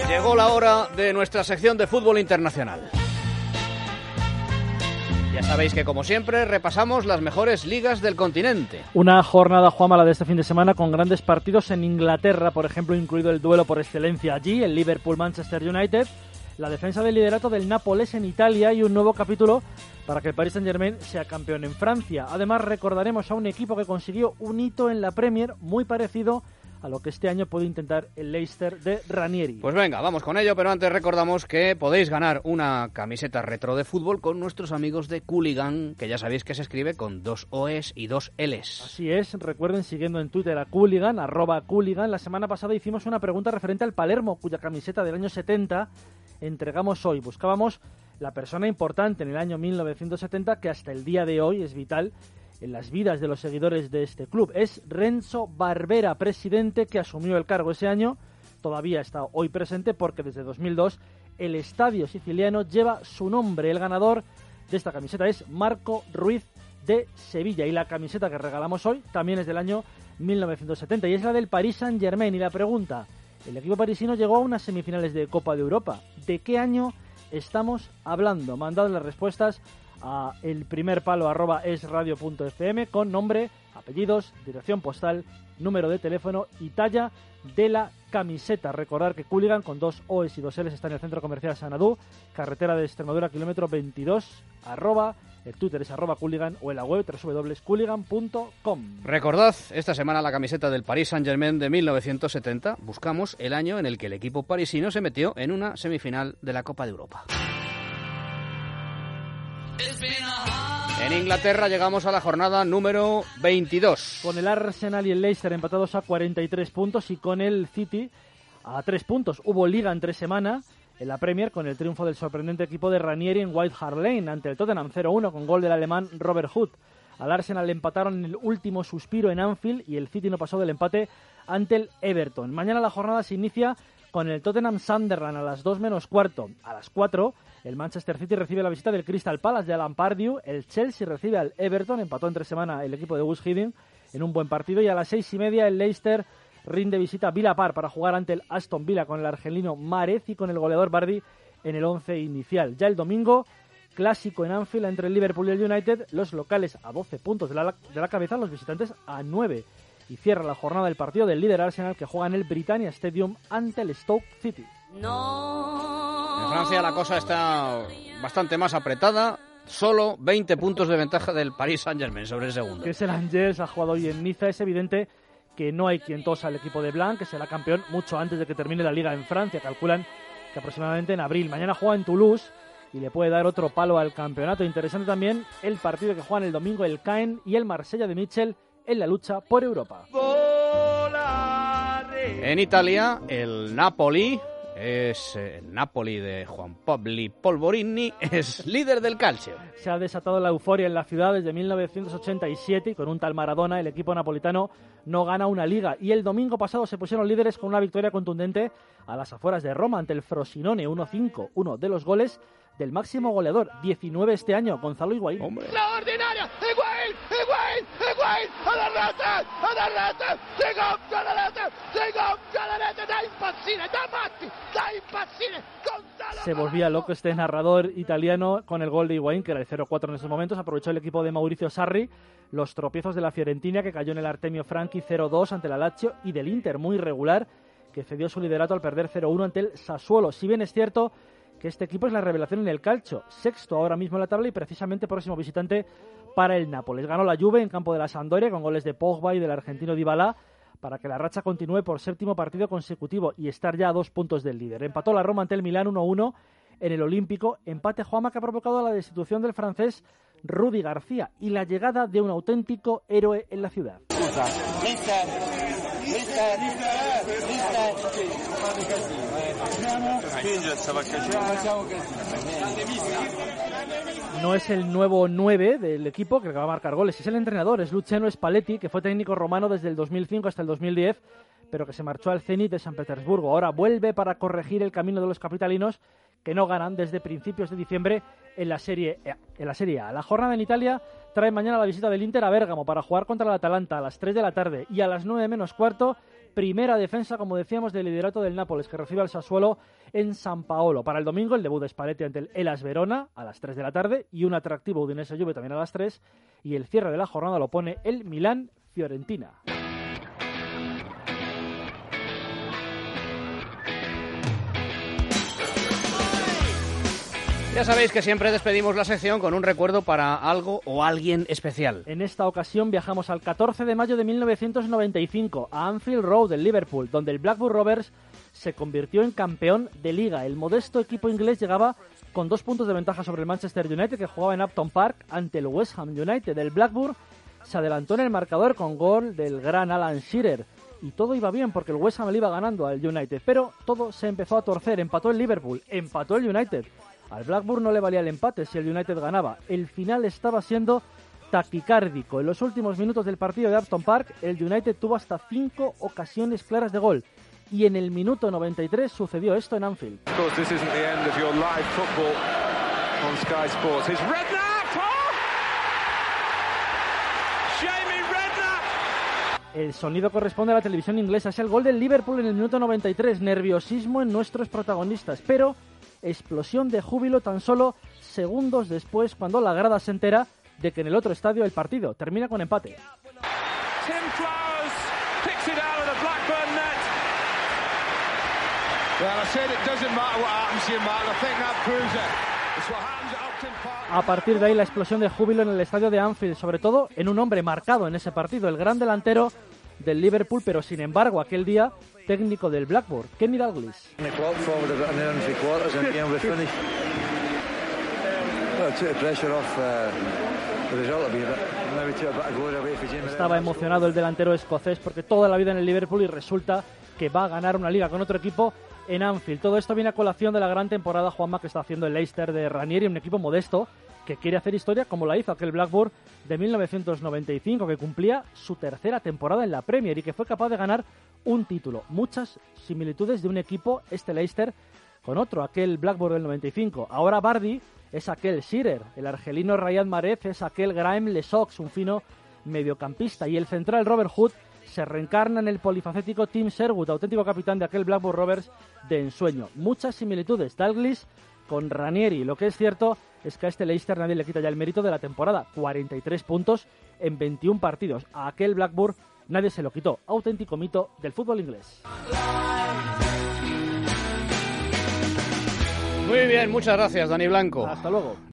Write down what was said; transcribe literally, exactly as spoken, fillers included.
Llegó la hora de nuestra sección de fútbol internacional. Ya sabéis que, como siempre, repasamos las mejores ligas del continente. Una jornada, Juanma, la de este fin de semana, con grandes partidos en Inglaterra, por ejemplo, incluido el duelo por excelencia allí, el Liverpool-Manchester United, la defensa del liderato del Nápoles en Italia y un nuevo capítulo para que el Paris Saint-Germain sea campeón en Francia. Además, recordaremos a un equipo que consiguió un hito en la Premier muy parecido a lo que este año puede intentar el Leicester de Ranieri. Pues venga, vamos con ello, pero antes recordamos que podéis ganar una camiseta retro de fútbol con nuestros amigos de Cooligan, que ya sabéis que se escribe con dos O's y dos L's. Así es, recuerden, siguiendo en Twitter a Cooligan, arroba Cooligan. La semana pasada hicimos una pregunta referente al Palermo, cuya camiseta del año setenta entregamos hoy. Buscábamos la persona importante en el año mil novecientos setenta que hasta el día de hoy es vital en las vidas de los seguidores de este club. Es Renzo Barbera, presidente, que asumió el cargo ese año. Todavía está hoy presente porque desde dos mil dos el estadio siciliano lleva su nombre. El ganador de esta camiseta es Marco Ruiz de Sevilla. Y la camiseta que regalamos hoy también es del año mil novecientos setenta y es la del Paris Saint-Germain. Y la pregunta: el equipo parisino llegó a unas semifinales de Copa de Europa. ¿De qué año estamos hablando? Mandad las respuestas a el primer palo arroba esradio punto f m con nombre, apellidos, dirección postal, número de teléfono y talla de la camiseta. Recordar que Cooligan, con dos O's y dos L's, está en el Centro Comercial Sanadú, carretera de Extremadura, kilómetro veintidós, arroba, el Twitter es arroba Cooligan o en la web doble u doble u doble u punto cooligan punto com. Recordad, esta semana la camiseta del Paris Saint-Germain de mil novecientos setenta. Buscamos el año en el que el equipo parisino se metió en una semifinal de la Copa de Europa. En Inglaterra llegamos a la jornada número veintidós. Con el Arsenal y el Leicester empatados a cuarenta y tres puntos y con el City a tres puntos. Hubo liga entre semana en la Premier con el triunfo del sorprendente equipo de Ranieri en White Hart Lane ante el Tottenham cero uno con gol del alemán Robert Hood. Al Arsenal le empataron en el último suspiro en Anfield y el City no pasó del empate ante el Everton. Mañana la jornada se inicia con el Tottenham Sunderland a las dos menos cuarto. A las cuatro el Manchester City recibe la visita del Crystal Palace de Alan Pardew. El Chelsea recibe al Everton. Empató entre semana el equipo de Gus Hiddink en un buen partido. Y a las seis y media el Leicester rinde visita a Villa Park para jugar ante el Aston Villa con el argelino Márez y con el goleador Vardy en el once inicial. Ya el domingo, clásico en Anfield entre el Liverpool y el United. Los locales a doce puntos de la, de la cabeza, los visitantes a nueve. Y cierra la jornada del partido del líder Arsenal, que juega en el Britannia Stadium ante el Stoke City. En Francia la cosa está bastante más apretada. Solo veinte puntos de ventaja del Paris Saint-Germain sobre el segundo. Que es el Angers, ha jugado hoy en Niza. Es evidente que no hay quien tosa al equipo de Blanc, que será campeón mucho antes de que termine la liga en Francia. Calculan que aproximadamente en abril. Mañana juega en Toulouse y le puede dar otro palo al campeonato. Interesante también el partido que juegan el domingo el Caen y el Marsella de Michel en la lucha por Europa. En Italia, el Napoli, es el Napoli de Juan Pablo Polvorini, es líder del calcio. Se ha desatado la euforia en la ciudad desde mil novecientos ochenta y siete y con un tal Maradona el equipo napolitano no gana una liga. Y el domingo pasado se pusieron líderes con una victoria contundente a las afueras de Roma ante el Frosinone uno cinco, uno de los goles del máximo goleador, diecinueve este año, Gonzalo Higuaín. Extraordinaria, Higuaín, Higuaín, Higuaín, a la rete, a la rete, si gonfia la rete, si gonfia la rete, da impazzire, da matti, da impazzire, Gonzalo. Se volvía loco este narrador italiano con el gol de Higuaín, que era el cero cuatro en esos momentos. Aprovechó el equipo de Mauricio Sarri los tropiezos de la Fiorentina, que cayó en el Artemio Franchi cero dos ante la Lazio, y del Inter, muy irregular, que cedió su liderato al perder cero uno ante el Sassuolo. Si bien es cierto que este equipo es la revelación en el calcio, sexto ahora mismo en la tabla y precisamente próximo visitante para el Nápoles. Ganó la Juve en campo de la Sampdoria con goles de Pogba y del argentino Dybala para que la racha continúe por séptimo partido consecutivo y estar ya a dos puntos del líder. Empató la Roma ante el Milán uno uno en el Olímpico, empate, Juanma, que ha provocado la destitución del francés Rudy García y la llegada de un auténtico héroe en la ciudad. No es el nuevo nueve del equipo que va a marcar goles, es el entrenador, es Luciano Spalletti, que fue técnico romano desde el dos mil cinco hasta el dos mil diez, pero que se marchó al Zenit de San Petersburgo. Ahora vuelve para corregir el camino de los capitalinos, que no ganan desde principios de diciembre en la Serie A. En la Serie A. La jornada en Italia trae mañana la visita del Inter a Bérgamo para jugar contra el Atalanta a las tres de la tarde y a las nueve menos cuarto primera defensa, como decíamos, del liderato del Nápoles, que recibe al Sassuolo en San Paolo. Para el domingo, el debut de Spalletti ante el Hellas Verona a las tres de la tarde y un atractivo Udinese Juve también a las tres, y el cierre de la jornada lo pone el Milán Fiorentina. Ya sabéis que siempre despedimos la sección con un recuerdo para algo o alguien especial. En esta ocasión viajamos al catorce de mayo de mil novecientos noventa y cinco a Anfield Road en Liverpool, donde el Blackburn Rovers se convirtió en campeón de liga. El modesto equipo inglés llegaba con dos puntos de ventaja sobre el Manchester United, que jugaba en Upton Park ante el West Ham United. El Blackburn se adelantó en el marcador con gol del gran Alan Shearer. Y todo iba bien porque el West Ham le iba ganando al United, pero todo se empezó a torcer. Empató el Liverpool, empató el United. Al Blackburn no le valía el empate si el United ganaba. El final estaba siendo taquicárdico. En los últimos minutos del partido de Upton Park, el United tuvo hasta cinco ocasiones claras de gol. Y en el minuto noventa y tres sucedió esto en Anfield. El sonido corresponde a la televisión inglesa. Es el gol del Liverpool en el minuto noventa y tres. Nerviosismo en nuestros protagonistas, pero explosión de júbilo tan solo segundos después, cuando la grada se entera de que en el otro estadio el partido termina con empate. A partir de ahí la explosión de júbilo en el estadio de Anfield, sobre todo en un hombre marcado en ese partido, el gran delantero del Liverpool, pero sin embargo aquel día técnico del Blackburn, Kenny Dalglish. Estaba emocionado el delantero escocés porque toda la vida en el Liverpool, y resulta que va a ganar una liga con otro equipo en Anfield. Todo esto viene a colación de la gran temporada, Juanma, que está haciendo el Leicester de Ranieri, un equipo modesto que quiere hacer historia como la hizo aquel Blackburn de mil novecientos noventa y cinco, que cumplía su tercera temporada en la Premier y que fue capaz de ganar un título. Muchas similitudes de un equipo, este Leicester, con otro, aquel Blackburn del noventa y cinco. Ahora Vardy es aquel Shearer, el argelino Riyad Mahrez es aquel Graeme Le Sox, un fino mediocampista, y el central Robert Hood se reencarna en el polifacético Tim Sherwood, auténtico capitán de aquel Blackburn Rovers de ensueño. Muchas similitudes Dalglish con Ranieri. Lo que es cierto es que a este Leicester nadie le quita ya el mérito de la temporada. cuarenta y tres puntos en veintiún partidos. A aquel Blackburn nadie se lo quitó. Auténtico mito del fútbol inglés. Muy bien, muchas gracias, Dani Blanco. Hasta luego.